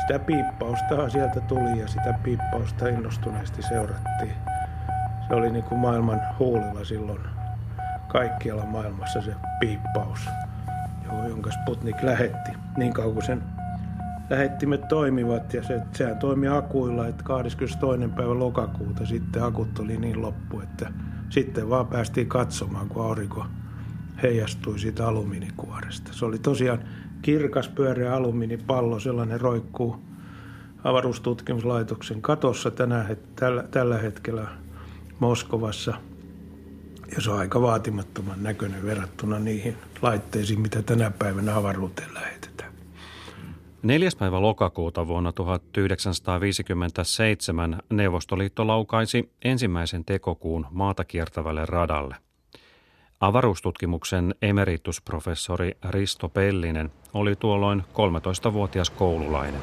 sitä piippausta sieltä tuli ja sitä piippausta innostuneesti seurattiin. Se oli niin kuin maailman huulilla silloin kaikkialla maailmassa se piippaus, jonka Sputnik lähetti. Niin kauan kuin sen lähettimet toimivat ja sehän toimi akuilla, että 22. päivä lokakuuta sitten akut oli niin loppu, että sitten vaan päästiin katsomaan, kun aurinko heijastui siitä alumiinikuoresta. Se oli tosiaan kirkas pyöreä alumiinipallo, sellainen roikkuu avaruustutkimuslaitoksen katossa tällä hetkellä Moskovassa. Ja se on aika vaatimattoman näköinen verrattuna niihin laitteisiin, mitä tänä päivänä avaruuteen lähetetään. 4. päivä lokakuuta vuonna 1957 Neuvostoliitto laukaisi ensimmäisen tekokuun maata kiertävälle radalle. Avaruustutkimuksen emeritusprofessori Risto Pellinen oli tuolloin 13-vuotias koululainen.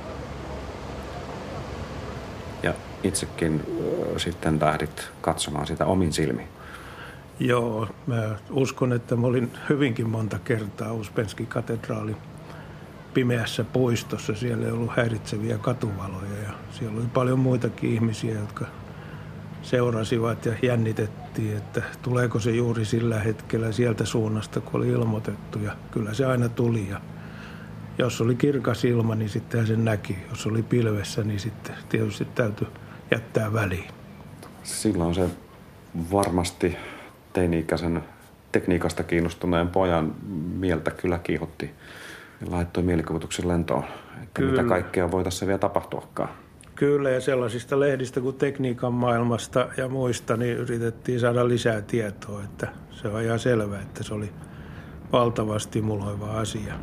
Ja itsekin sitten lähdit katsomaan sitä omin silmin. Joo, mä uskon, että mä olin hyvinkin monta kertaa Uspenskin katedraalin pimeässä puistossa. Siellä ei ollut häiritseviä katuvaloja ja siellä oli paljon muitakin ihmisiä, jotka seurasivat ja jännitettiin, että tuleeko se juuri sillä hetkellä sieltä suunnasta, kun oli ilmoitettu. Ja kyllä se aina tuli. Ja jos oli kirkas ilma, niin sittenhän sen näki. Jos oli pilvessä, niin sitten tietysti täytyi jättää väliin. Silloin se varmasti teini-ikäisen tekniikasta kiinnostuneen pojan mieltä kyllä kiihotti ja laittoi mielikuvituksen lentoon, että mitä kaikkea voi tässä vielä tapahtuakaan. Kyllä, ja sellaisista lehdistä kuin Tekniikan maailmasta ja muista, niin yritettiin saada lisää tietoa, että se on ihan selvä, että se oli valtavan stimuloiva asia.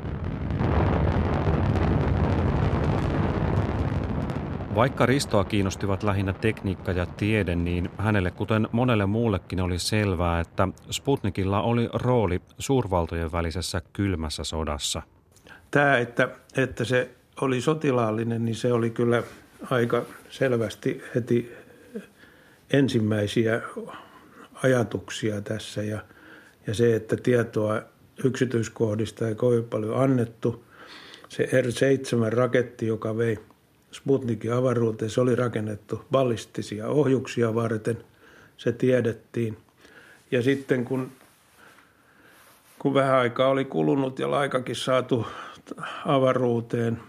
Vaikka Ristoa kiinnostivat lähinnä tekniikka ja tiede, niin hänelle kuten monelle muullekin oli selvää, että Sputnikilla oli rooli suurvaltojen välisessä kylmässä sodassa. Tämä, että se oli sotilaallinen, niin se oli kyllä aika selvästi heti ensimmäisiä ajatuksia tässä. Ja se, että tietoa yksityiskohdista ei kovin paljon annettu. Se R-7-raketti, joka vei Sputnikin avaruuteen, se oli rakennettu ballistisia ohjuksia varten, se tiedettiin. Ja sitten kun vähän aikaa oli kulunut ja laikakin saatu avaruuteen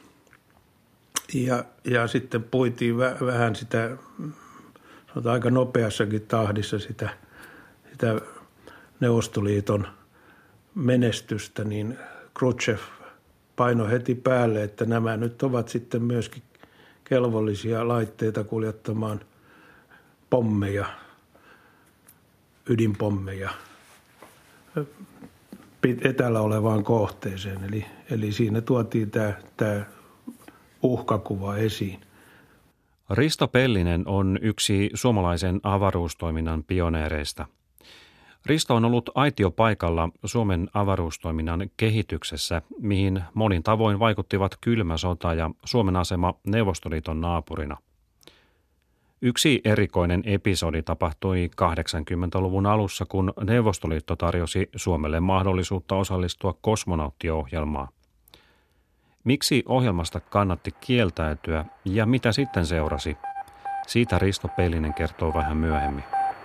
ja sitten puitiin vähän sitä, sanotaan aika nopeassakin tahdissa sitä Neuvostoliiton menestystä, niin Khrushchev painoi heti päälle, että nämä nyt ovat sitten myöskin kelvollisia laitteita kuljettamaan pommeja, ydinpommeja etäällä olevaan kohteeseen. Eli siinä tuotiin tämä uhkakuva esiin. Risto Pellinen on yksi suomalaisen avaruustoiminnan pioneereista. Risto on ollut aitiopaikalla Suomen avaruustoiminnan kehityksessä, mihin monin tavoin vaikuttivat kylmä sota ja Suomen asema Neuvostoliiton naapurina. Yksi erikoinen episodi tapahtui 80-luvun alussa, kun Neuvostoliitto tarjosi Suomelle mahdollisuutta osallistua kosmonauttiohjelmaan. Miksi ohjelmasta kannatti kieltäytyä ja mitä sitten seurasi? Siitä Risto Pellinen kertoo vähän myöhemmin.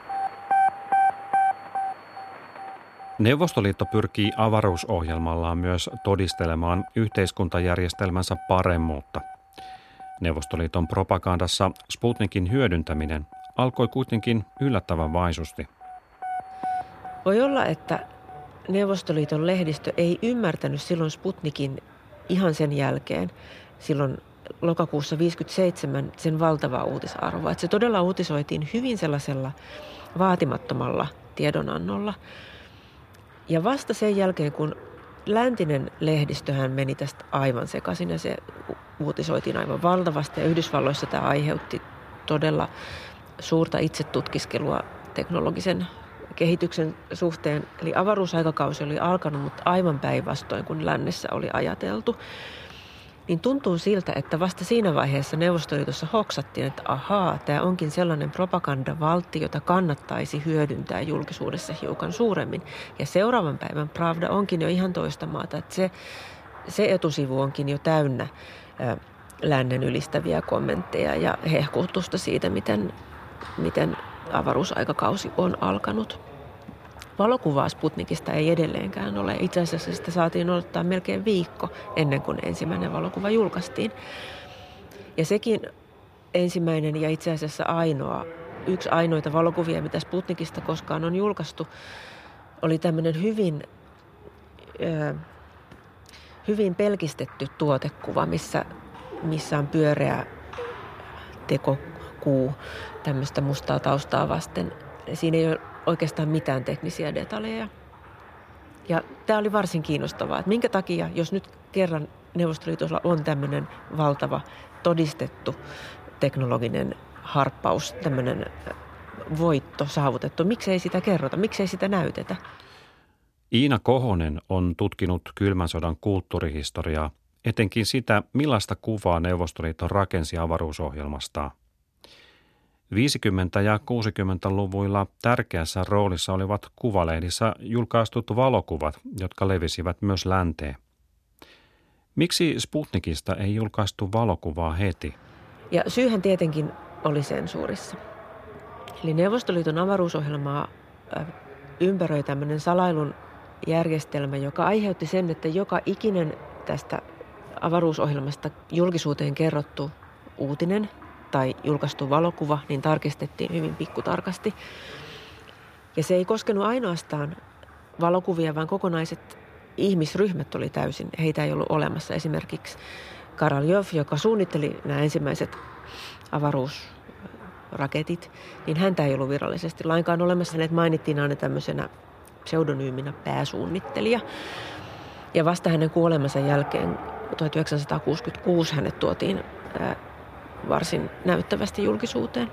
Neuvostoliitto pyrkii avaruusohjelmallaan myös todistelemaan yhteiskuntajärjestelmänsä paremmuutta. Neuvostoliiton propagandassa Sputnikin hyödyntäminen alkoi kuitenkin yllättävän vaisusti. Voi olla, että Neuvostoliiton lehdistö ei ymmärtänyt silloin Sputnikin ihan sen jälkeen, silloin lokakuussa 1957 sen valtavaa uutisarvoa. Että se todella uutisoitiin hyvin sellaisella vaatimattomalla tiedonannolla. Ja vasta sen jälkeen, kun läntinen lehdistöhän meni tästä aivan sekaisin ja se uutisoitiin aivan valtavasti. Ja Yhdysvalloissa tämä aiheutti todella suurta itsetutkiskelua teknologisen kehityksen suhteen. Eli avaruusaikakausi oli alkanut, mutta aivan päinvastoin kuin lännessä oli ajateltu. Niin tuntuu siltä, että vasta siinä vaiheessa Neuvostoliitossa hoksattiin, että ahaa, tämä onkin sellainen propagandavaltti, jota kannattaisi hyödyntää julkisuudessa hiukan suuremmin. Ja seuraavan päivän Pravda onkin jo ihan toista maata, että se etusivu onkin jo täynnä lännen ylistäviä kommentteja ja hehkutusta siitä, miten avaruusaikakausi on alkanut. Valokuvaa Sputnikista ei edelleenkään ole. Itse asiassa sitä saatiin odottaa melkein viikko ennen kuin ensimmäinen valokuva julkaistiin. Ja sekin ensimmäinen ja itse asiassa yksi ainoita valokuvia, mitä Sputnikista koskaan on julkaistu, oli tämmöinen hyvin pelkistetty tuotekuva, missä on pyöreä tekokuu tämmöistä mustaa taustaa vasten. Siinä ei ole oikeastaan mitään teknisiä detaljeja. Ja tämä oli varsin kiinnostavaa, että minkä takia, jos nyt kerran Neuvostoliitolla on tämmöinen valtava todistettu teknologinen harppaus, tämmöinen voitto saavutettu, miksei sitä kerrota, miksei sitä näytetä? Iina Kohonen on tutkinut kylmän sodan kulttuurihistoriaa, etenkin sitä, millaista kuvaa Neuvostoliitto rakensi avaruusohjelmastaan. 50- ja 60-luvuilla tärkeässä roolissa olivat kuvalehdissä julkaistut valokuvat, jotka levisivät myös länteen. Miksi Sputnikista ei julkaistu valokuvaa heti? Ja syyhän tietenkin oli sensuurissa. Eli Neuvostoliiton avaruusohjelmaa ympäröi tämmöinen salailun järjestelmä, joka aiheutti sen, että joka ikinen tästä avaruusohjelmasta julkisuuteen kerrottu uutinen tai julkaistu valokuva, niin tarkistettiin hyvin pikkutarkasti. Ja se ei koskenut ainoastaan valokuvia, vaan kokonaiset ihmisryhmät oli täysin. Heitä ei ollut olemassa. Esimerkiksi Karaljov, joka suunnitteli nämä ensimmäiset avaruusraketit, niin häntä ei ollut virallisesti lainkaan olemassa. Hänet mainittiin aina tämmöisenä pseudonyyminä pääsuunnittelija. Ja vasta hänen kuolemansa jälkeen 1966 hänet tuotiin varsin näyttävästi julkisuuteen.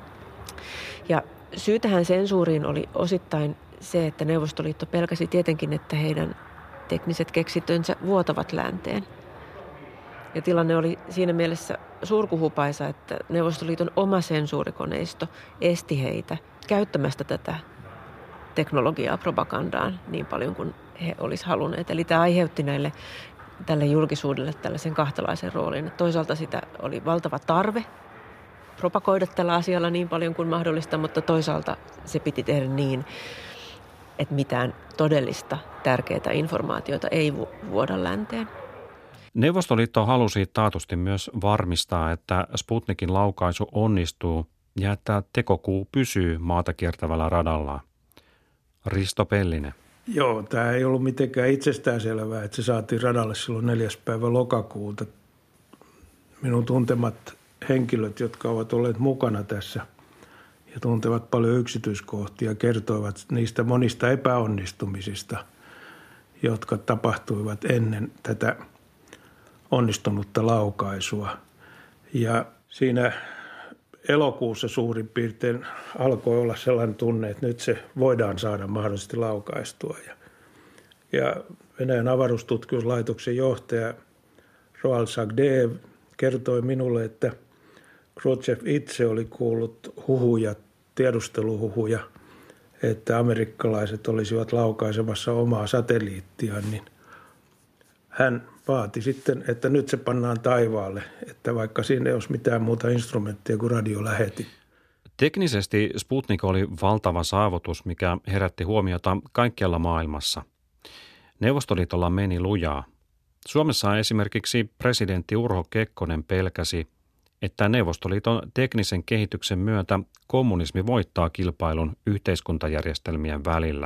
Ja syy tähän sensuuriin oli osittain se, että Neuvostoliitto pelkäsi tietenkin, että heidän tekniset keksintönsä vuotavat länteen. Ja tilanne oli siinä mielessä surkuhupaisa, että Neuvostoliiton oma sensuurikoneisto esti heitä käyttämästä tätä teknologiaa propagandaan niin paljon kuin he olisivat halunneet. Eli tämä aiheutti tälle julkisuudelle tällaisen kahtalaisen roolin. Toisaalta sitä oli valtava tarve propagoida tällä asialla niin paljon kuin mahdollista, mutta toisaalta se piti tehdä niin, että mitään todellista tärkeää informaatiota ei vuoda länteen. Neuvostoliitto halusi taatusti myös varmistaa, että Sputnikin laukaisu onnistuu ja että tekokuu pysyy maata kiertävällä radallaan. Risto Pellinen. Joo, tämä ei ollut mitenkään itsestäänselvää, että se saatiin radalle silloin 4. päivä lokakuuta. Minun tuntemat henkilöt, jotka ovat olleet mukana tässä ja tuntevat paljon yksityiskohtia, kertoivat niistä monista epäonnistumisista, jotka tapahtuivat ennen tätä onnistunutta laukaisua. Ja siinä elokuussa suurin piirtein alkoi olla sellainen tunne, että nyt se voidaan saada mahdollisesti laukaistua. Ja Venäjän avaruustutkimuslaitoksen johtaja Roald Sagdeev kertoi minulle, että Khrushchev itse oli kuullut tiedusteluhuhuja, että amerikkalaiset olisivat laukaisemassa omaa satelliittiaan, niin hän vaati sitten, että nyt se pannaan taivaalle, että vaikka siinä ei olisi mitään muuta instrumenttia kuin radiolähetin. Teknisesti Sputnik oli valtava saavutus, mikä herätti huomiota kaikkialla maailmassa. Neuvostoliitolla meni lujaa. Suomessa esimerkiksi presidentti Urho Kekkonen pelkäsi, että Neuvostoliiton teknisen kehityksen myötä kommunismi voittaa kilpailun yhteiskuntajärjestelmien välillä.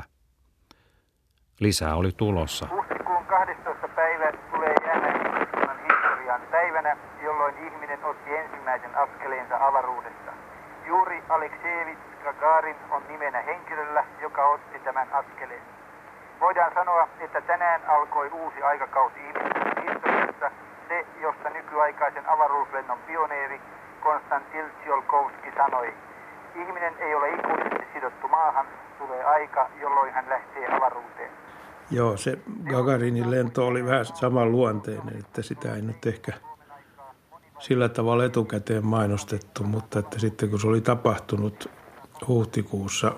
Lisää oli tulossa. Huhtikuun 12. päivä tulee jäämään ihmiskunnan historian päivänä, jolloin ihminen otti ensimmäisen askeleensa avaruudessa. Juri Aleksejevits Gagarin on nimenä henkilöllä, joka otti tämän askeleen. Voidaan sanoa, että tänään alkoi uusi aikakausi ihmiskunnan historiassa, se, josta nykyaikaisen avaruuslennon pioneeri Konstantin Tsiolkovski sanoi: ihminen ei ole ikuisesti sidottu maahan, tulee aika, jolloin hän lähtee avaruuteen. Joo, se Gagarinin lento oli vähän samanluonteinen, että sitä ei nyt ehkä sillä tavalla etukäteen mainostettu, mutta että sitten kun se oli tapahtunut huhtikuussa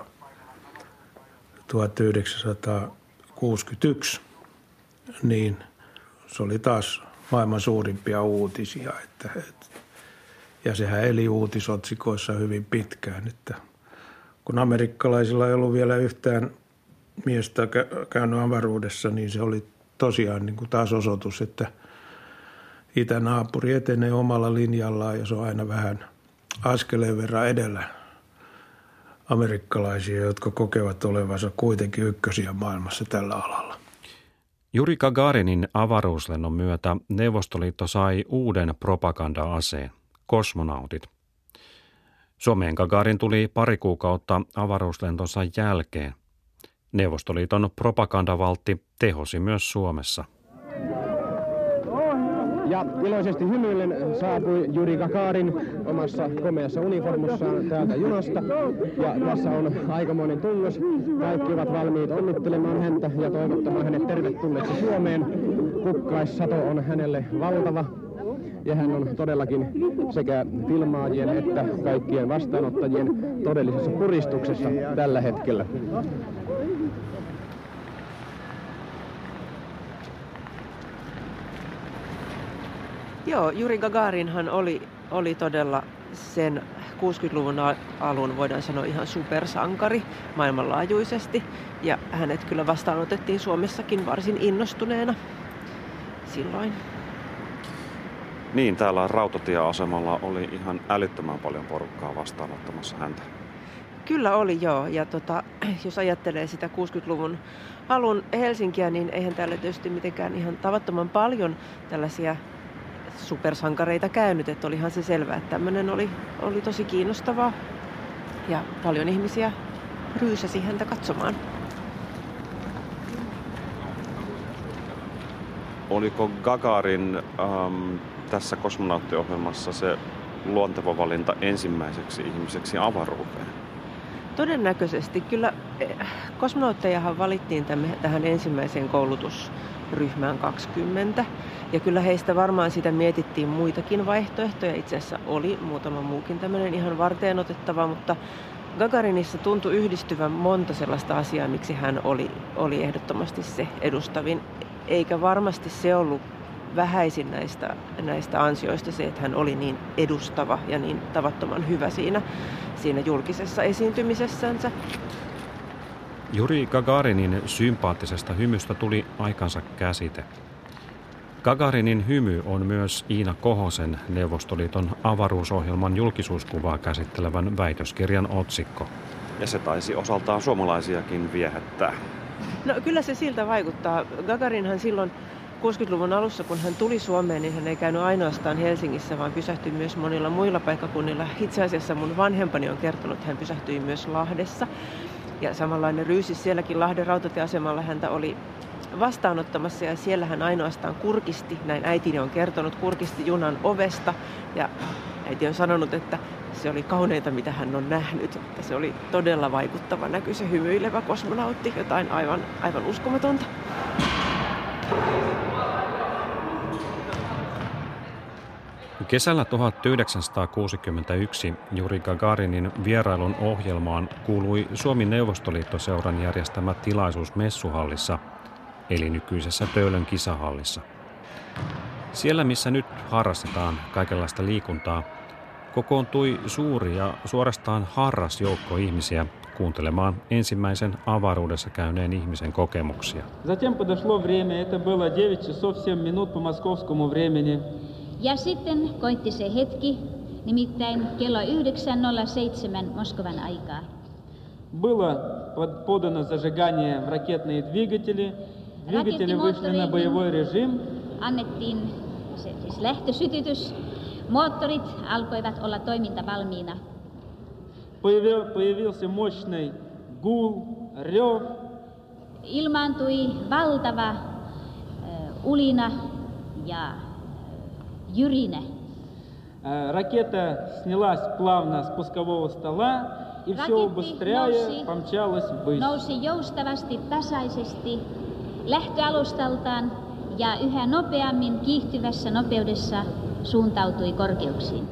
1961, niin se oli taas maailman suurimpia uutisia. Ja sehän eli uutisotsikoissa hyvin pitkään, että kun amerikkalaisilla ei ollut vielä yhtään miestä käynyt avaruudessa, niin se oli tosiaan niin kuin taas osoitus, että itänaapuri etenee omalla linjallaan ja se on aina vähän askeleen verran edellä amerikkalaisia, jotka kokevat olevansa kuitenkin ykkösiä maailmassa tällä alalla. Juri Gagarinin avaruuslennon myötä Neuvostoliitto sai uuden propaganda-aseen, kosmonautit. Suomeen Gagarin tuli pari kuukautta avaruuslentonsa jälkeen. Neuvostoliiton propagandavaltti tehosi myös Suomessa. Ja iloisesti hymyillen saapui Juri Gagarin omassa komeassa uniformussaan täältä junasta. Ja tässä on aikamoinen tunnos. Kaikki ovat valmiit onnittelemaan häntä ja toivottamaan hänet tervetulleeksi Suomeen. Kukkaissato on hänelle valtava. Ja hän on todellakin sekä filmaajien että kaikkien vastaanottajien todellisessa puristuksessa tällä hetkellä. Joo, Juri Gagarinhan oli todella sen 60-luvun alun, voidaan sanoa, ihan supersankari maailmanlaajuisesti. Ja hänet kyllä vastaanotettiin Suomessakin varsin innostuneena silloin. Niin, täällä rautatieasemalla oli ihan älyttömän paljon porukkaa vastaanottamassa häntä. Kyllä oli, joo. Ja jos ajattelee sitä 60-luvun alun Helsinkiä, niin eihän täällä tietysti mitenkään ihan tavattoman paljon tällaisia supersankareita käynyt. Että olihan se selvää, että tämmöinen oli tosi kiinnostavaa ja paljon ihmisiä ryysäsi häntä katsomaan. Oliko Gagarin tässä kosmonauttiohjelmassa se luonteva valinta ensimmäiseksi ihmiseksi avaruuteen? Todennäköisesti. Kyllä kosmonauttejahan valittiin tähän ensimmäiseen koulutusryhmään 20. Ja kyllä heistä varmaan sitä mietittiin muitakin vaihtoehtoja. Itse asiassa oli muutama muukin tämmöinen ihan varteenotettava, mutta Gagarinissa tuntui yhdistyvän monta sellaista asiaa, miksi hän oli ehdottomasti se edustavin. Eikä varmasti se ollut vähäisin näistä ansioista se, että hän oli niin edustava ja niin tavattoman hyvä siinä julkisessa esiintymisessänsä. Juri Gagarinin sympaattisesta hymystä tuli aikansa käsite. Gagarinin hymy on myös Iina Kohosen Neuvostoliiton avaruusohjelman julkisuuskuvaa käsittelevän väitöskirjan otsikko. Ja se taisi osaltaan suomalaisiakin viehättää. No kyllä se siltä vaikuttaa. Gagarinhan silloin 60-luvun alussa, kun hän tuli Suomeen, niin hän ei käynyt ainoastaan Helsingissä, vaan pysähtyi myös monilla muilla paikkakunnilla. Itse asiassa mun vanhempani on kertonut, että hän pysähtyi myös Lahdessa. Ja samanlainen ryysis sielläkin Lahden rautatieasemalla häntä oli vastaanottamassa ja siellä hän ainoastaan kurkisti, näin äitini on kertonut, kurkisti junan ovesta. Ja äiti on sanonut, että se oli kauneinta, mitä hän on nähnyt. Että se oli todella vaikuttava näky, se hymyilevä kosmonautti, jotain aivan uskomatonta. Kesällä 1961 Juri Gagarinin vierailun ohjelmaan kuului Suomi-Neuvostoliitto-seuran järjestämä tilaisuus Messuhallissa, eli nykyisessä Töölön kisahallissa. Siellä, missä nyt harrastetaan kaikenlaista liikuntaa, kokoontui suuri ja suorastaan harras joukko ihmisiä kuuntelemaan ensimmäisen avaruudessa käyneen ihmisen kokemuksia. Затем подошло время, это было 9 часов 7 минут по московскому времени. Ja sitten koitti se hetki, nimittäin kello 9:07 Moskovan aikaa. Было подано зажигание в ракетные двигатели. Двигатели вышли на боевой режим. Annettiin siis lähtösytytys. Moottorit alkoivat olla toimintavalmiina. Появился мощный гул, рев. Ilmaantui valtava ulina ja jyrinä. Ракета снялась плавно с пускового стола и все убыстряя помчалась ввысь. Nousi joustavasti, tasaisesti lähtöalustaltaan ja yhä nopeammin kiihtyvässä nopeudessa suuntautui korkeuksiin.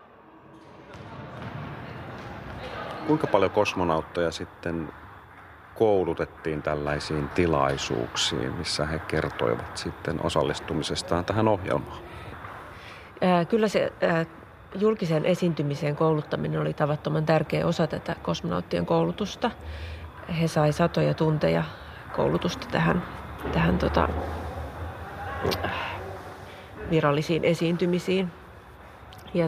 Kuinka paljon kosmonautteja sitten koulutettiin tällaisiin tilaisuuksiin, missä he kertoivat sitten osallistumisestaan tähän ohjelmaan? Kyllä se julkiseen esiintymiseen kouluttaminen oli tavattoman tärkeä osa tätä kosmonauttien koulutusta. He sai satoja tunteja koulutusta tähän virallisiin esiintymisiin. Ja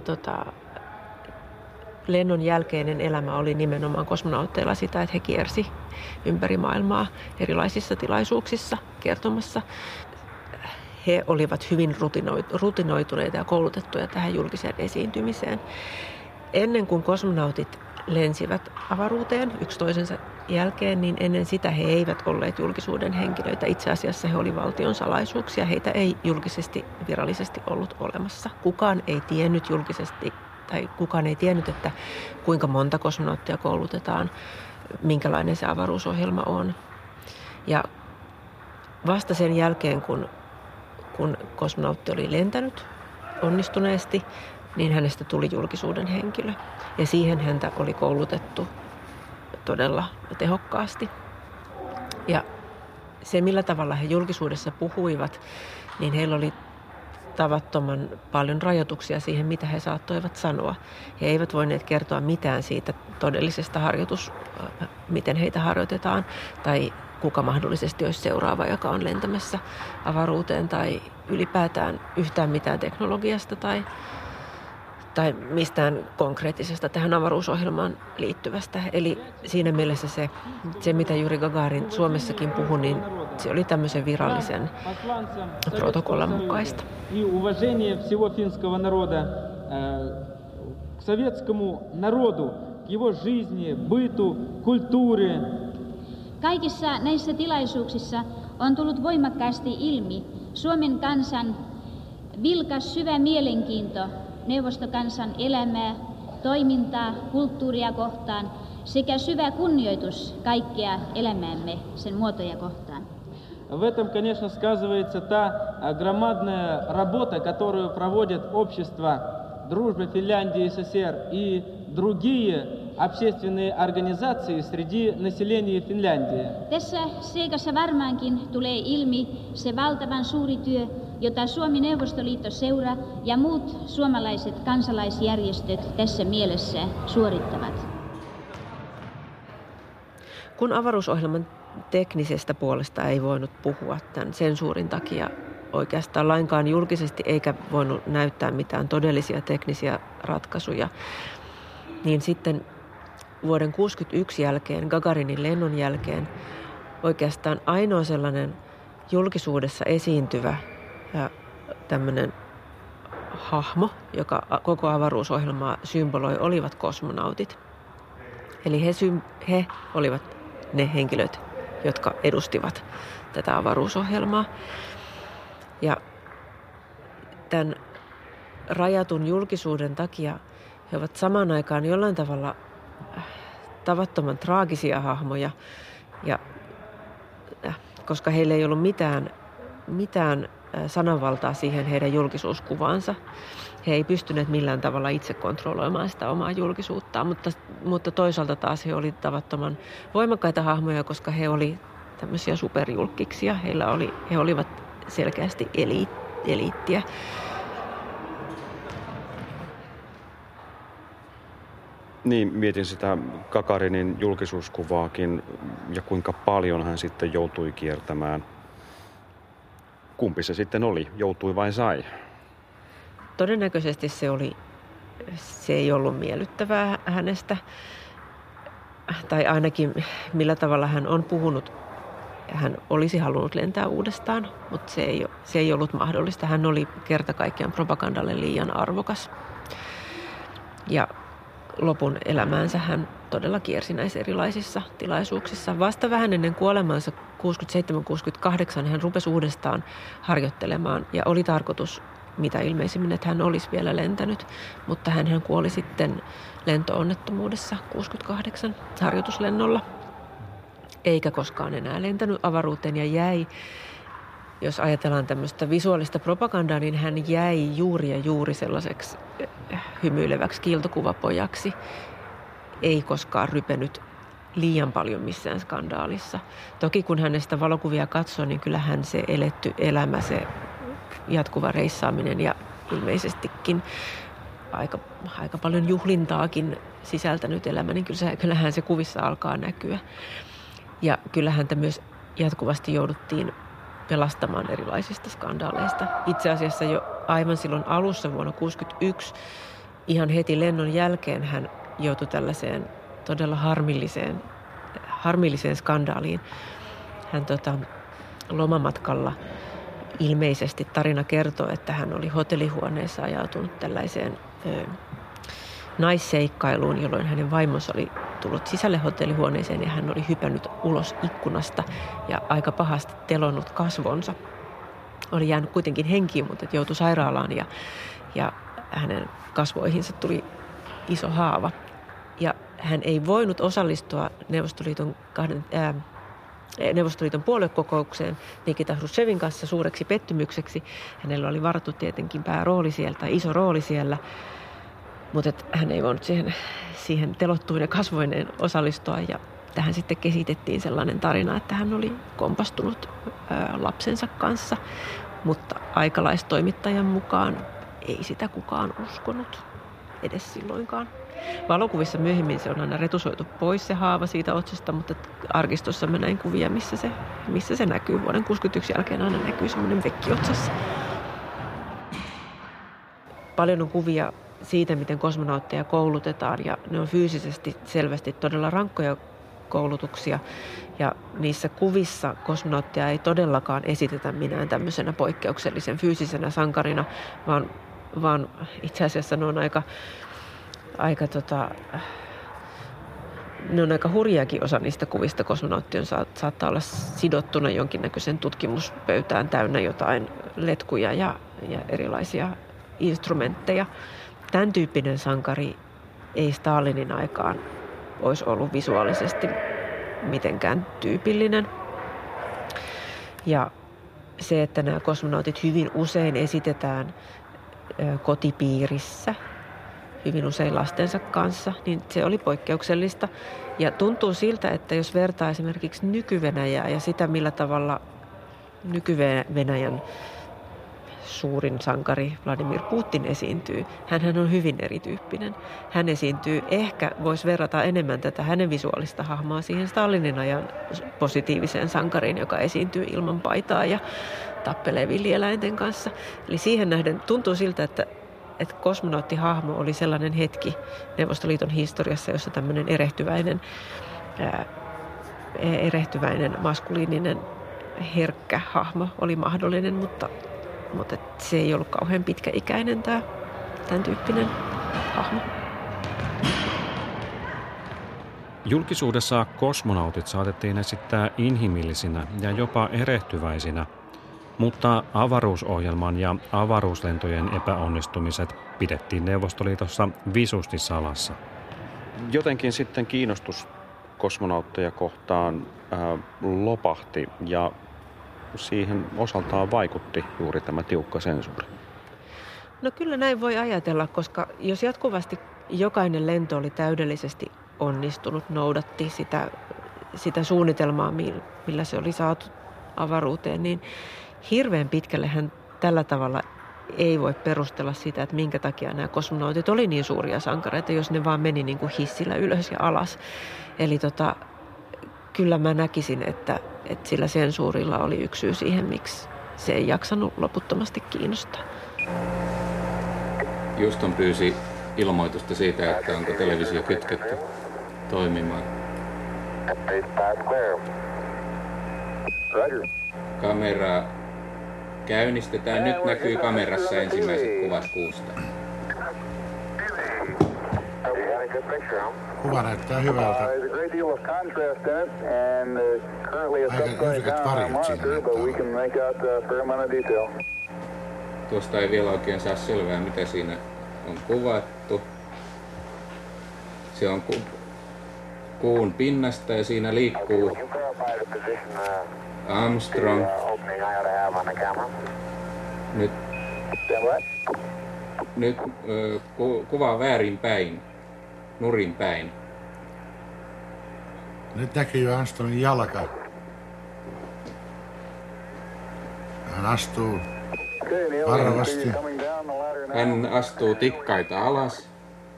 lennon jälkeinen elämä oli nimenomaan kosmonautteilla sitä, että he kiersi ympäri maailmaa erilaisissa tilaisuuksissa kertomassa. He olivat hyvin rutinoituneita ja koulutettuja tähän julkiseen esiintymiseen. Ennen kuin kosmonautit lensivät avaruuteen yksi toisensa jälkeen, niin ennen sitä he eivät olleet julkisuuden henkilöitä. Itse asiassa he olivat valtion salaisuuksia. Heitä ei julkisesti, virallisesti ollut olemassa. Kukaan ei tiennyt julkisesti, tai kukaan ei tiennyt, että kuinka monta kosmonauttia koulutetaan, minkälainen se avaruusohjelma on. Ja vasta sen jälkeen, kun kosmonautti oli lentänyt onnistuneesti, niin hänestä tuli julkisuuden henkilö. Ja siihen häntä oli koulutettu todella tehokkaasti. Ja se, millä tavalla he julkisuudessa puhuivat, niin heillä oli tavattoman paljon rajoituksia siihen, mitä he saattoivat sanoa. He eivät voineet kertoa mitään siitä todellisesta miten heitä harjoitetaan, tai kuka mahdollisesti olisi seuraava, joka on lentämässä avaruuteen, tai ylipäätään yhtään mitään teknologiasta tai mistään konkreettisesta tähän avaruusohjelmaan liittyvästä. Eli siinä mielessä se mitä Juri Gagarin Suomessakin puhui, niin se oli tämmöisen virallisen protokollan mukaista. Kaikissa näissä tilaisuuksissa on tullut voimakkaasti ilmi Suomen kansan vilkas syvä mielenkiinto neuvostokansan elämää, toimintaa, kulttuuria kohtaan sekä syvä kunnioitus kaikkea elämäämme, sen muotoja kohtaan. В этом, конечно, сказывается та громадная работа, которую проводит общество дружбы Финляндии и СССР и другие общественные организации среди населения Финляндии. Tässä seikassa varmaankin tulee ilmi se valtavan suuri työ, jota Suomi Neuvostoliitto Seura ja muut suomalaiset kansalaisjärjestöt tässä mielessä suorittavat. Kun avaruusohjelman teknisestä puolesta ei voinut puhua tämän sensuurin takia oikeastaan lainkaan julkisesti, eikä voinut näyttää mitään todellisia teknisiä ratkaisuja, niin sitten vuoden 1961 jälkeen, Gagarinin lennon jälkeen, oikeastaan ainoa sellainen julkisuudessa esiintyvä tämmöinen hahmo, joka koko avaruusohjelmaa symboloi, olivat kosmonautit. Eli he olivat ne henkilöt, jotka edustivat tätä avaruusohjelmaa. Ja tämän rajatun julkisuuden takia he ovat samaan aikaan jollain tavalla tavattoman traagisia hahmoja, ja koska heillä ei ollut mitään sananvaltaa siihen heidän julkisuuskuvaansa. He ei pystyneet millään tavalla itse kontrolloimaan sitä omaa julkisuuttaan, mutta toisaalta taas he olivat tavattoman voimakkaita hahmoja, koska he olivat tämmöisiä superjulkkiksia. He olivat selkeästi eliittiä. Niin, mietin sitä Gagarinin julkisuuskuvaakin ja kuinka paljon hän sitten joutui kiertämään. Kumpi se sitten oli? Joutui vai sai? Todennäköisesti se ei ollut miellyttävää hänestä. Tai ainakin millä tavalla hän on puhunut. Hän olisi halunnut lentää uudestaan, mutta se ei ollut mahdollista. Hän oli kerta kaikkiaan propagandalle liian arvokas. Ja lopun elämäänsä hän todella kiersi näissä erilaisissa tilaisuuksissa. Vasta vähän ennen kuolemaansa 67-68 hän rupesi uudestaan harjoittelemaan ja oli tarkoitus mitä ilmeisimmin, että hän olisi vielä lentänyt, mutta hän kuoli sitten lento-onnettomuudessa 68 harjoituslennolla, eikä koskaan enää lentänyt avaruuteen ja jäi, jos ajatellaan tämmöistä visuaalista propagandaa, niin hän jäi juuri ja juuri sellaiseksi hymyileväksi kiiltokuvapojaksi, ei koskaan rypenyt liian paljon missään skandaalissa. Toki kun hänestä valokuvia katsoo, niin kyllähän se eletty elämä, se jatkuva reissaaminen ja ilmeisestikin aika paljon juhlintaakin sisältänyt elämä, niin kyllähän se kuvissa alkaa näkyä. Ja kyllähän häntä myös jatkuvasti jouduttiin pelastamaan erilaisista skandaaleista. Itse asiassa jo aivan silloin alussa vuonna 1961, ihan heti lennon jälkeen hän joutui tällaiseen todella harmilliseen skandaaliin. Hän lomamatkalla ilmeisesti tarina kertoo, että hän oli hotellihuoneessa ajautunut tällaiseen naisseikkailuun, jolloin hänen vaimonsa oli tullut sisälle hotellihuoneeseen ja hän oli hypännyt ulos ikkunasta ja aika pahasti telonnut kasvonsa. Oli jäänyt kuitenkin henkiin, mutta joutui sairaalaan ja hänen kasvoihinsa tuli iso haava. Ja hän ei voinut osallistua Neuvostoliiton puoluekokoukseen Nikita Hruštšovin kanssa suureksi pettymykseksi. Hänellä oli varattu tietenkin päärooli siellä tai iso rooli siellä, mutta hän ei voinut siihen telottuinen kasvoineen osallistua. Ja tähän sitten kehitettiin sellainen tarina, että hän oli kompastunut lapsensa kanssa, mutta aikalaistoimittajan mukaan ei sitä kukaan uskonut edes silloinkaan. Valokuvissa myöhemmin se on aina retusoitu pois se haava siitä otsasta, mutta arkistossa mä näin kuvia, missä se näkyy. Vuoden 1961 jälkeen aina näkyy semmoinen vekki otsassa. Paljon on kuvia siitä, miten kosmonautteja koulutetaan ja ne on fyysisesti selvästi todella rankkoja koulutuksia. Ja niissä kuvissa kosmonautteja ei todellakaan esitetä minään tämmöisenä poikkeuksellisen fyysisenä sankarina, vaan itse asiassa ne on aika hurjaakin osa niistä kuvista. Kosmonautti saattaa olla sidottuna jonkinnäköisen tutkimuspöytään täynnä jotain letkuja ja erilaisia instrumentteja. Tämän tyyppinen sankari ei Stalinin aikaan olisi ollut visuaalisesti mitenkään tyypillinen. Ja se, että nämä kosmonautit hyvin usein esitetään kotipiirissä, hyvin usein lastensa kanssa, niin se oli poikkeuksellista. Ja tuntuu siltä, että jos vertaa esimerkiksi nyky-Venäjää ja sitä, millä tavalla nyky-Venäjän suurin sankari Vladimir Putin esiintyy, hänhän on hyvin erityyppinen. Hän esiintyy, ehkä voisi verrata enemmän tätä hänen visuaalista hahmoa siihen Stalinin ajan positiiviseen sankariin, joka esiintyy ilman paitaa ja tappelee villieläinten kanssa. Eli siihen nähden tuntuu siltä, että kosmonauttihahmo oli sellainen hetki Neuvostoliiton historiassa, jossa tämmöinen erehtyväinen maskuliininen herkkä hahmo oli mahdollinen, mutta se ei ollut kauhean pitkäikäinen tämän tyyppinen hahmo. Julkisuudessa kosmonautit saatettiin esittää inhimillisinä ja jopa erehtyväisinä, mutta avaruusohjelman ja avaruuslentojen epäonnistumiset pidettiin Neuvostoliitossa visusti salassa. Jotenkin sitten kiinnostus kosmonautteja kohtaan lopahti ja siihen osaltaan vaikutti juuri tämä tiukka sensuuri. No kyllä näin voi ajatella, koska jos jatkuvasti jokainen lento oli täydellisesti onnistunut, noudatti sitä suunnitelmaa, millä se oli saatu avaruuteen, niin hirveän pitkällehän tällä tavalla ei voi perustella sitä, että minkä takia nämä kosmonautit oli niin suuria sankareita, jos ne vaan meni niin kuin hissillä ylös ja alas. Eli kyllä mä näkisin, että sillä sensuurilla oli yksi syy siihen, miksi se ei jaksanut loputtomasti kiinnostaa. Juston pyysi ilmoitusta siitä, että onko televisio kytketty toimimaan. Kamera käynnistetään. Nyt näkyy kamerassa ensimmäiset kuvat kuusta. Kuva näyttää hyvältä. Aika jyrkät varjot siinä näyttää. Tuosta ei vielä oikein saa selvää, mitä siinä on kuvattu. Se on kuun pinnasta ja siinä liikkuu Armstrong. Nyt kuvaa väärin päin, nurin päin. Nyt näkyy jo Armstrongin jalka. Hän astuu varovasti. Hän astuu tikkaita alas.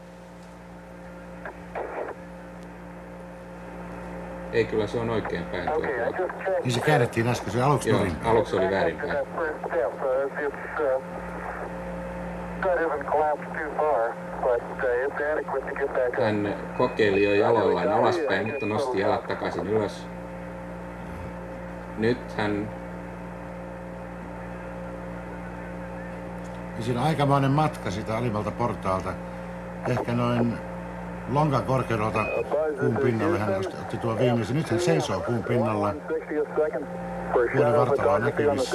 Ei, kyllä se on oikein päin. Niin se käännettiin äsken, se aluksi Joo, nurin. aluksi oli väärinpäin. Hän kokeili jo jaloillaan alaspäin, mutta nosti jalat takaisin ylös. Nyt hän... Ja siinä on aikamoinen matka sitä alimmalta portaalta. Ehkä noin lonkan korkeudelta kuun pinnalle. Hän otti tuon viimeisen. Nyt hän seisoo kuun pinnalla. Puoli vartalo on näkyvissä.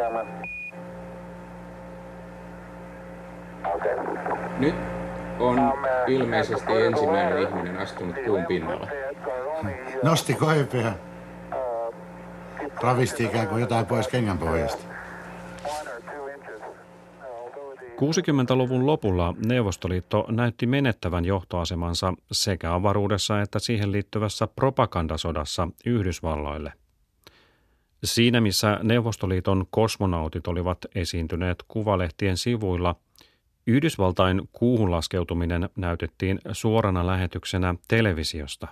Nyt on ilmeisesti ensimmäinen ihminen astunut kuun pinnalle. Nosti koipea. Ravisti ikään kuin jotain pois kengänpohjasta. 60-luvun lopulla Neuvostoliitto näytti menettävän johtoasemansa sekä avaruudessa että siihen liittyvässä propagandasodassa Yhdysvalloille. Siinä, missä Neuvostoliiton kosmonautit olivat esiintyneet kuvalehtien sivuilla, Yhdysvaltain kuuhun laskeutuminen näytettiin suorana lähetyksenä televisiosta.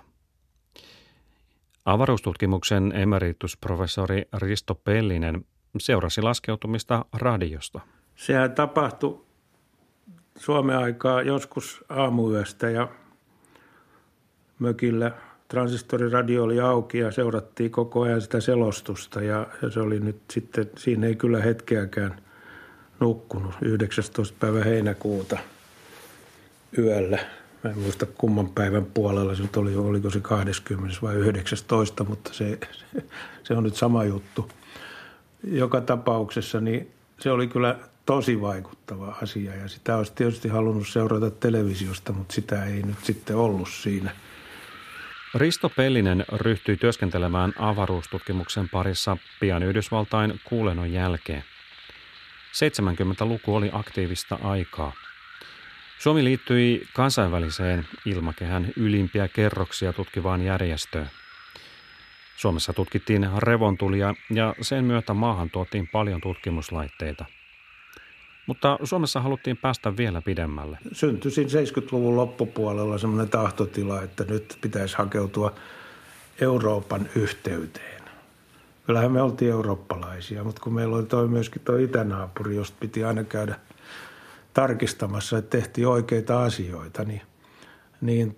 Avaruustutkimuksen emeritusprofessori Risto Pellinen seurasi laskeutumista radiosta. Sehän tapahtui Suomen aikaa joskus aamuyöstä ja mökillä transistoriradio oli auki ja seurattiin koko ajan sitä selostusta ja se oli nyt sitten, siinä ei kyllä hetkeäkään nukkunut 19. päivä heinäkuuta yöllä. Mä en muista kumman päivän puolella se nyt oli, oliko se 20. vai 19, mutta se on nyt sama juttu. Joka tapauksessa niin se oli kyllä tosi vaikuttava asia ja sitä olisi tietysti halunnut seurata televisiosta, mutta sitä ei nyt sitten ollut siinä. Risto Pellinen ryhtyi työskentelemään avaruustutkimuksen parissa pian Yhdysvaltain kuulenon jälkeen. 70-luku oli aktiivista aikaa. Suomi liittyi kansainväliseen ilmakehän ylimpiä kerroksia tutkivaan järjestöön. Suomessa tutkittiin revontulia ja sen myötä maahan tuotiin paljon tutkimuslaitteita. Mutta Suomessa haluttiin päästä vielä pidemmälle. Syntyi siinä 70-luvun loppupuolella semmoinen tahtotila, että nyt pitäisi hakeutua Euroopan yhteyteen. Kyllähän me oltiin eurooppalaisia, mutta kun meillä oli myöskin tuo itänaapuri, josta piti aina käydä tarkistamassa, että tehtiin oikeita asioita, niin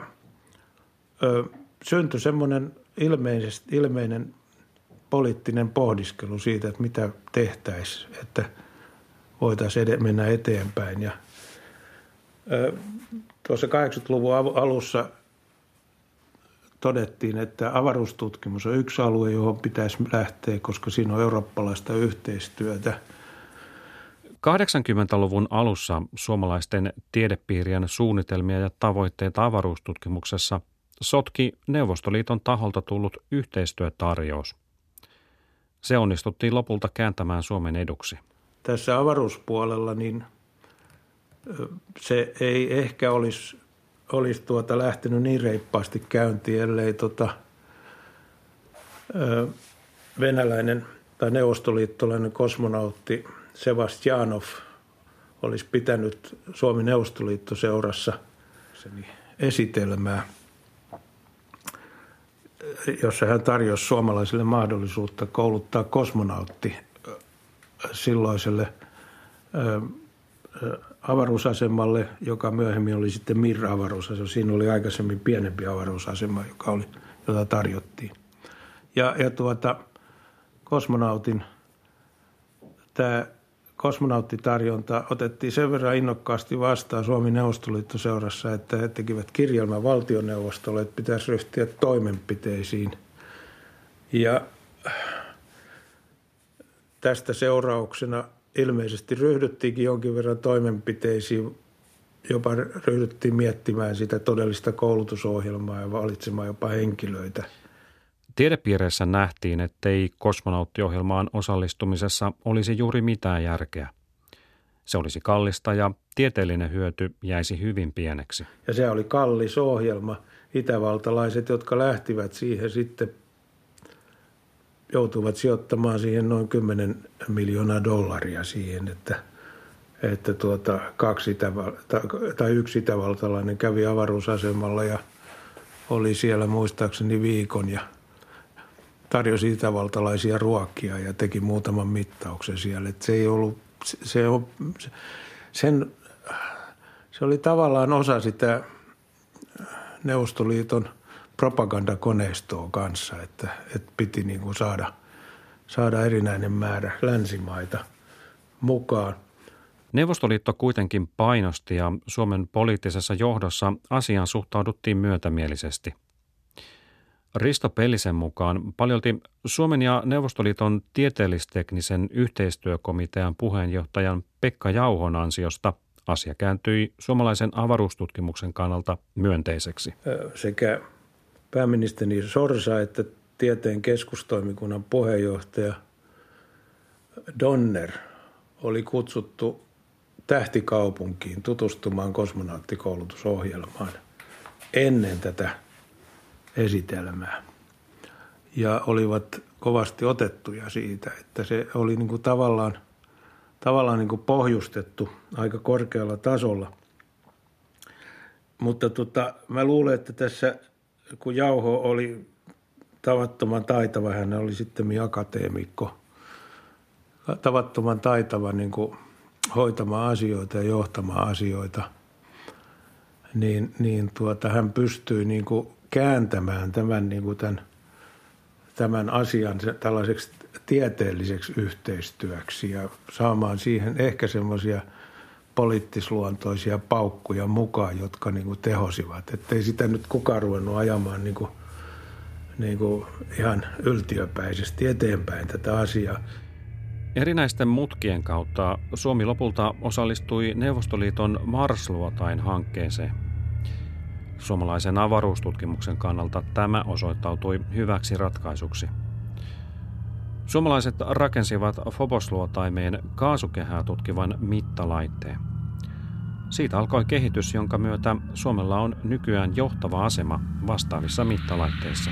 syntyi semmoinen ilmeinen poliittinen pohdiskelu siitä, että mitä tehtäisiin, että voitaisiin mennä eteenpäin. Ja tuossa 80-luvun alussa todettiin, että avaruustutkimus on yksi alue, johon pitäisi lähteä, koska siinä on eurooppalaista yhteistyötä. 80-luvun alussa suomalaisten tiedepiirien suunnitelmia ja tavoitteita avaruustutkimuksessa sotki Neuvostoliiton taholta tullut yhteistyötarjous. Se onnistuttiin lopulta kääntämään Suomen eduksi. Tässä avaruuspuolella niin se ei ehkä olisi lähtenyt niin reippaasti käyntiin, ellei venäläinen tai neuvostoliittolainen kosmonautti Sevastjanov olisi pitänyt Suomi-Neuvostoliitto-seurassa esitelmää, jossa hän tarjosi suomalaisille mahdollisuutta kouluttaa kosmonautti silloiselle avaruusasemalle, joka myöhemmin oli sitten Mir-avaruusasema. Siinä oli aikaisemmin pienempi avaruusasema, jota tarjottiin. Ja tämä kosmonauttitarjonta otettiin sen verran innokkaasti vastaan Suomi-Neuvostoliitto-seurassa, että he tekivät kirjelmän valtioneuvostolle, että pitäisi ryhtyä toimenpiteisiin. Ja tästä seurauksena ilmeisesti ryhdyttiinkin jonkin verran toimenpiteisiin, jopa ryhdyttiin miettimään sitä todellista koulutusohjelmaa ja valitsemaan jopa henkilöitä. Tiedepiireissä nähtiin, ettei kosmonauttiohjelmaan osallistumisessa olisi juuri mitään järkeä. Se olisi kallista ja tieteellinen hyöty jäisi hyvin pieneksi. Ja se oli kallis ohjelma. itävaltalaiset, jotka lähtivät siihen sitten, joutuivat sijoittamaan siihen noin $10 miljoonaa siihen, että yksi itävaltalainen kävi avaruusasemalla ja oli siellä muistaakseni viikon ja tarjosi itävaltalaisia ruokia ja teki muutaman mittauksen siellä. Että se ei ollut, se oli tavallaan osa sitä Neuvostoliiton propagandakoneistoa kanssa, että piti niin kuin saada erinäinen määrä länsimaita mukaan. Neuvostoliitto kuitenkin painosti ja Suomen poliittisessa johdossa asiaan suhtauduttiin myötämielisesti. Risto Pellisen mukaan paljolti Suomen ja Neuvostoliiton tieteellisteknisen yhteistyökomitean puheenjohtajan Pekka Jauhon ansiosta asia kääntyi suomalaisen avaruustutkimuksen kannalta myönteiseksi. Sekä pääministeri Sorsa että tieteen keskustoimikunnan puheenjohtaja Donner oli kutsuttu Tähtikaupunkiin tutustumaan kosmonauttikoulutusohjelmaan ennen tätä esitelmää. Ja olivat kovasti otettuja siitä, että se oli niin kuin tavallaan niin kuin pohjustettu aika korkealla tasolla. Mutta mä luulen, että tässä kun Jauho oli tavattoman taitava, hän oli sitten akateemikko, tavattoman taitava niin kuin hoitamaan asioita ja johtamaan asioita, niin hän pystyi niin kuin kääntämään tämän, niin kuin tämän asian tällaiseksi tieteelliseksi yhteistyöksi ja saamaan siihen ehkä semmoisia poliittisluontoisia paukkuja mukaan, jotka niin kuin tehosivat. Että ei sitä nyt kukaan ruvennut ajamaan niin kuin ihan yltiöpäisesti eteenpäin tätä asiaa. Erinäisten mutkien kautta Suomi lopulta osallistui Neuvostoliiton Mars-luotain-hankkeeseen. Suomalaisen avaruustutkimuksen kannalta tämä osoittautui hyväksi ratkaisuksi. Suomalaiset rakensivat Phobos-luotaimeen kaasukehää tutkivan mittalaitteen. Siitä alkoi kehitys, jonka myötä Suomella on nykyään johtava asema vastaavissa mittalaitteissa.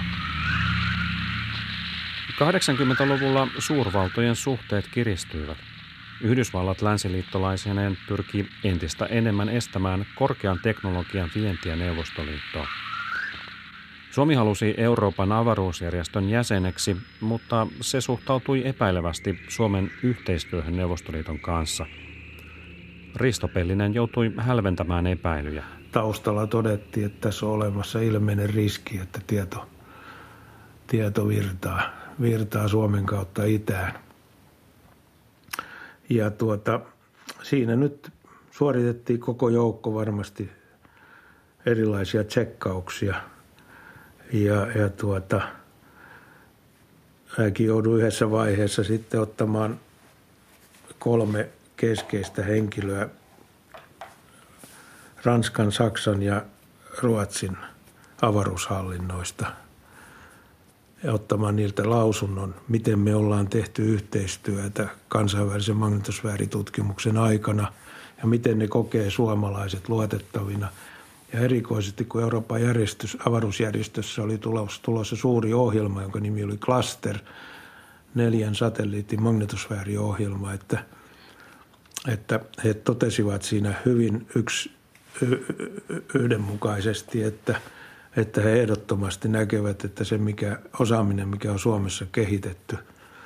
80-luvulla suurvaltojen suhteet kiristyivät. Yhdysvallat länsiliittolaisineen pyrki entistä enemmän estämään korkean teknologian vientiä Neuvostoliittoon. Suomi halusi Euroopan avaruusjärjestön jäseneksi, mutta se suhtautui epäilevästi Suomen yhteistyöhön Neuvostoliiton kanssa. Risto Pellinen joutui hälventämään epäilyjä. Taustalla todettiin, että tässä on olemassa ilmeinen riski, että tieto virtaa Suomen kautta itään. Ja siinä nyt suoritettiin koko joukko varmasti erilaisia tsekkauksia. Ja minäkin jouduin yhdessä vaiheessa sitten ottamaan 3 keskeistä henkilöä Ranskan, Saksan ja Ruotsin avaruushallinnoista ja ottamaan niiltä lausunnon, miten me ollaan tehty yhteistyötä kansainvälisen magnetosfääritutkimuksen aikana ja miten ne kokee suomalaiset luotettavina. Ja erikoisesti, kun Euroopan avaruusjärjestössä oli tulossa suuri ohjelma, jonka nimi oli Cluster, 4 satelliitin magnetosfääriohjelma, että he totesivat siinä hyvin yhdenmukaisesti, että he ehdottomasti näkevät, että se osaaminen, mikä on Suomessa kehitetty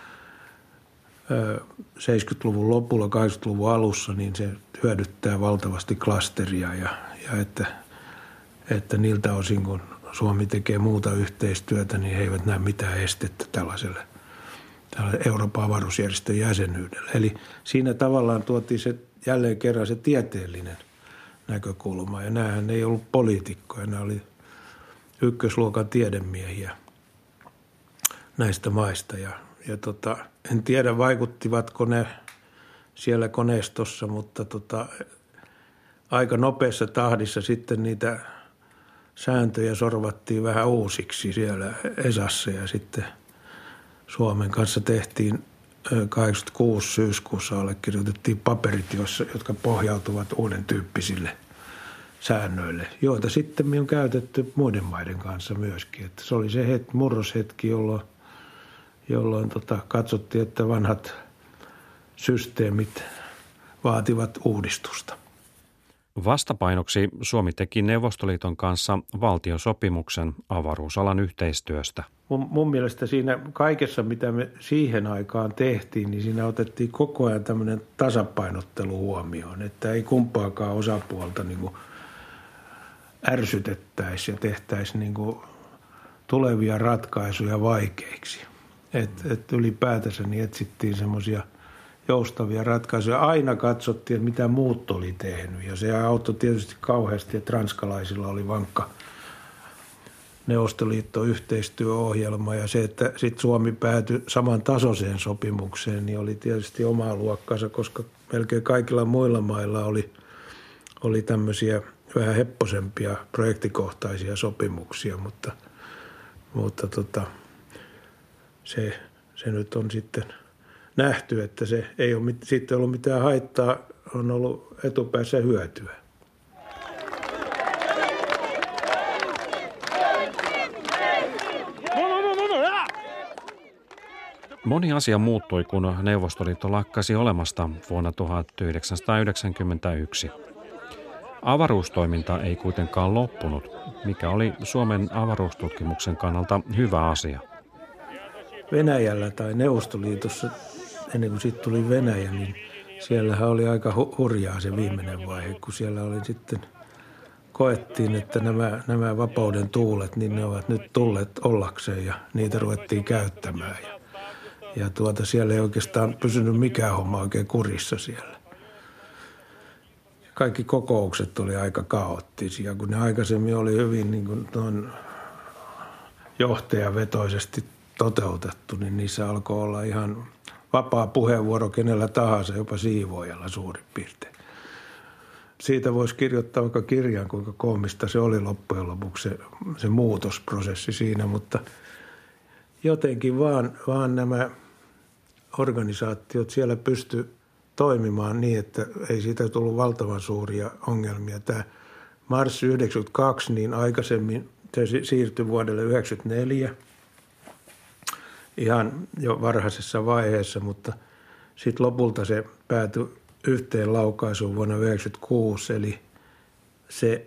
70-luvun lopulla, 80-luvun alussa, niin se hyödyttää valtavasti klusteria ja että niiltä osin, kun Suomi tekee muuta yhteistyötä, niin he eivät näe mitään estettä tällaiselle Euroopan avaruusjärjestön jäsenyydelle. Eli siinä tavallaan tuotiin se jälleen kerran se tieteellinen näkökulma. Ja näähän ei ollut poliitikkoja, nämä oli ykkösluokan tiedemiehiä näistä maista. Ja en tiedä, vaikuttivatko ne siellä koneistossa, mutta aika nopeassa tahdissa sitten niitä sääntöjä sorvattiin vähän uusiksi siellä ESAssa ja sitten Suomen kanssa tehtiin 86 syyskuussa allekirjoitettiin paperit, jotka pohjautuvat uuden tyyppisille säännöille, joita sitten on käytetty muiden maiden kanssa myöskin. Että se oli se murroshetki, jolloin katsottiin, että vanhat systeemit vaativat uudistusta. Vastapainoksi Suomi teki Neuvostoliiton kanssa valtiosopimuksen avaruusalan yhteistyöstä. Mun mielestä siinä kaikessa, mitä me siihen aikaan tehtiin, niin siinä otettiin koko ajan tämmöinen tasapainottelu huomioon, että ei kumpaakaan osapuolta niin kuin ärsytettäisi ja tehtäisi niin kuin tulevia ratkaisuja vaikeiksi. Et ylipäätänsä niin etsittiin semmoisia joustavia ratkaisuja. Aina katsottiin, että mitä muut oli tehnyt. Ja se auttoi tietysti kauheasti, että ranskalaisilla oli vankka Neuvostoliitto-yhteistyöohjelma. Ja se, että sitten Suomi päätyi samantasoiseen sopimukseen, niin oli tietysti omaa luokkaansa, koska melkein kaikilla muilla mailla oli tämmöisiä vähän hepposempia projektikohtaisia sopimuksia, mutta se nyt on sitten nähty, että se ei ole sitten ollut mitään haittaa, on ollut etupäässä hyötyä. Moni asia muuttui, kun Neuvostoliitto lakkasi olemasta vuonna 1991. Avaruustoiminta ei kuitenkaan loppunut, mikä oli Suomen avaruustutkimuksen kannalta hyvä asia. Venäjällä tai Neuvostoliitossa, ennen kuin siitä tuli Venäjä, niin siellähän oli aika hurjaa se viimeinen vaihe, kun siellä oli sitten, koettiin, että nämä vapauden tuulet, niin ne ovat nyt tulleet ollakseen ja niitä ruvettiin käyttämään. Ja siellä ei oikeastaan pysynyt mikään homma oikein kurissa siellä. Kaikki kokoukset oli aika kaoottisia, kun ne aikaisemmin oli hyvin niin kuin johtajavetoisesti toteutettu, niin niissä alkoi olla ihan vapaa puheenvuoro kenellä tahansa, jopa siivoojalla suurin piirtein. Siitä voisi kirjoittaa vaikka kirjan, kuinka koomista se oli loppujen lopuksi se muutosprosessi siinä, mutta jotenkin vaan nämä organisaatiot siellä pysty toimimaan niin, että ei siitä tullut valtavan suuria ongelmia. Tämä Mars 92, niin aikaisemmin se siirtyi vuodelle 1994 ihan jo varhaisessa vaiheessa, mutta sitten lopulta se päätyi yhteen laukaisuun vuonna 1996, eli se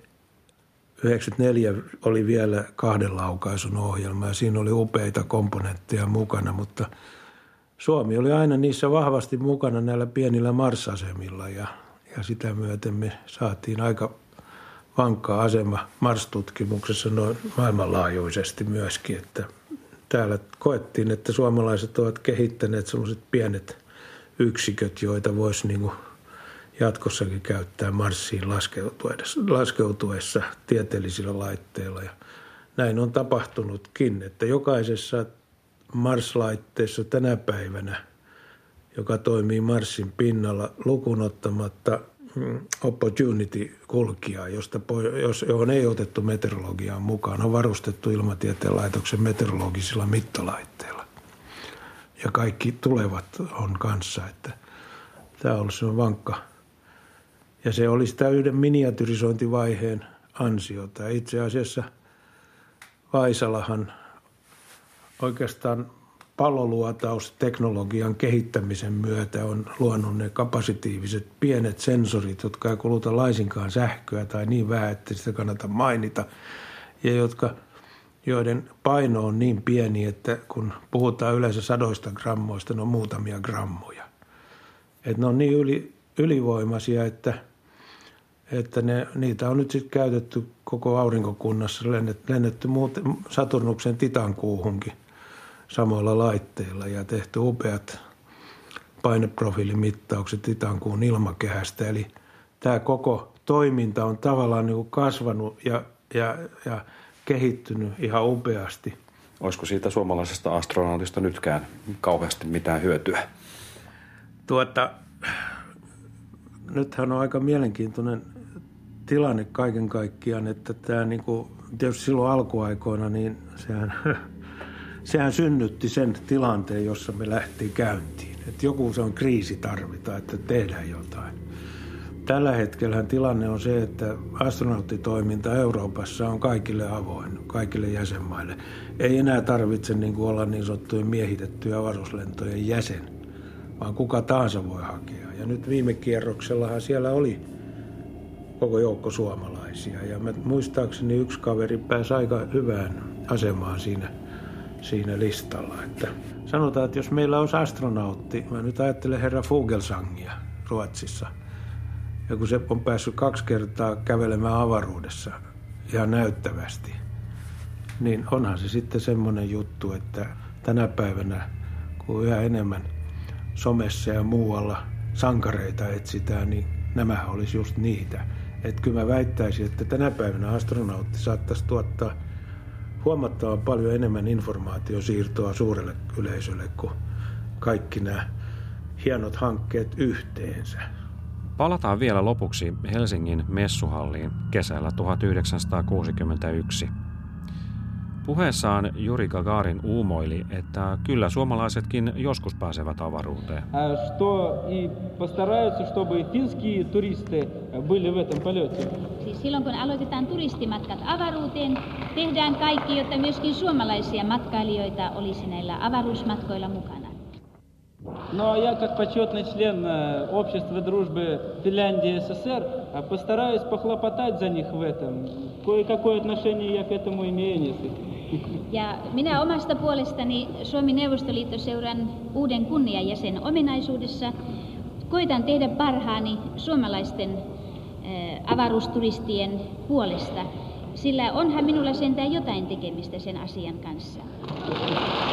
1994 oli vielä 2 laukaisun ohjelma ja siinä oli upeita komponentteja mukana, mutta Suomi oli aina niissä vahvasti mukana näillä pienillä Mars-asemilla ja sitä myöten me saatiin aika vankka asema Mars-tutkimuksessa noin maailmanlaajuisesti myöskin, että täällä koettiin, että suomalaiset ovat kehittäneet sellaiset pienet yksiköt, joita voisi niin kuin jatkossakin käyttää Marsiin laskeutuessa tieteellisillä laitteilla. Ja näin on tapahtunutkin, että jokaisessa Mars-laitteessa tänä päivänä, joka toimii Marsin pinnalla lukuun ottamatta Opportunity-kulkijaa, johon ei otettu meteorologiaan mukaan, on varustettu Ilmatieteen laitoksen meteorologisilla mittalaitteilla. Ja kaikki tulevat on kanssa, että tämä on ollut se vankka. Ja se oli sitä yhden miniatyrisointivaiheen ansiota. Itse asiassa Vaisalahan oikeastaan palloluotausteknologian kehittämisen myötä on luonut ne kapasitiiviset pienet sensorit, jotka ei kuluta laisinkaan sähköä tai niin vähän, että sitä kannata mainita. Ja joiden paino on niin pieni, että kun puhutaan yleensä 100 grammoista, ne on muutamia grammoja. Että ne on niin ylivoimaisia, että niitä on nyt sitten käytetty koko aurinkokunnassa, lennetty Saturnuksen Titankuuhunkin samoilla laitteilla ja tehty upeat paineprofiilimittaukset Titankuun ilmakehästä. Eli tämä koko toiminta on tavallaan niin kuin kasvanut ja kehittynyt ihan upeasti. Olisiko siitä suomalaisesta astronautista nytkään kauheasti mitään hyötyä? Nythän on aika mielenkiintoinen tilanne kaiken kaikkiaan, että tämä niin kuin, tietysti silloin alkuaikoina, niin sehän synnytti sen tilanteen, jossa me lähtiin käyntiin. Että joku se on kriisi tarvitaan, että tehdään jotain. tällä hetkellä tilanne on se, että astronauttitoiminta Euroopassa on kaikille avoin, kaikille jäsenmaille. Ei enää tarvitse olla niin sanottujen miehitettyjä avaruuslentojen jäsen, vaan kuka tahansa voi hakea. Ja nyt viime kierroksellahan siellä oli koko joukko suomalaisia. Ja muistaakseni yksi kaveri pääsi aika hyvään asemaan siinä listalla. Että sanotaan, että jos meillä olisi astronautti, mä nyt ajattelen herra Fugelsangia Ruotsissa, ja kun se on päässyt 2 kertaa kävelemään avaruudessa ihan näyttävästi, niin onhan se sitten semmoinen juttu, että tänä päivänä, kun yhä enemmän somessa ja muualla sankareita etsitään, niin nämähän olisi just niitä. Että kyllä mä väittäisin, että tänä päivänä astronautti saattaisi tuottaa huomattavan paljon enemmän informaatiosiirtoa suurelle yleisölle kuin kaikki nämä hienot hankkeet yhteensä. Palataan vielä lopuksi Helsingin messuhalliin kesällä 1961. Puheessaan Juri Gagarin uumoili, että kyllä suomalaisetkin joskus pääsevät avaruuteen. Siis silloin kun aloitetaan turistimatkat avaruuteen, tehdään kaikki, jotta myöskin suomalaisia matkailijoita olisi näillä avaruusmatkoilla mukana. Ну а я, как почетный член общества дружбы Финляндии и СССР, постараюсь похлопотать за них в этом. Кое-какое отношение я к этому имею, если... Ja minä omasta puolestani Suomen Neuvostoliittoseuran uuden kunniajäsen ominaisuudessa koitan tehdä parhaani suomalaisten avaruusturistien puolesta, sillä onhan minulla sentään jotain tekemistä sen asian kanssa.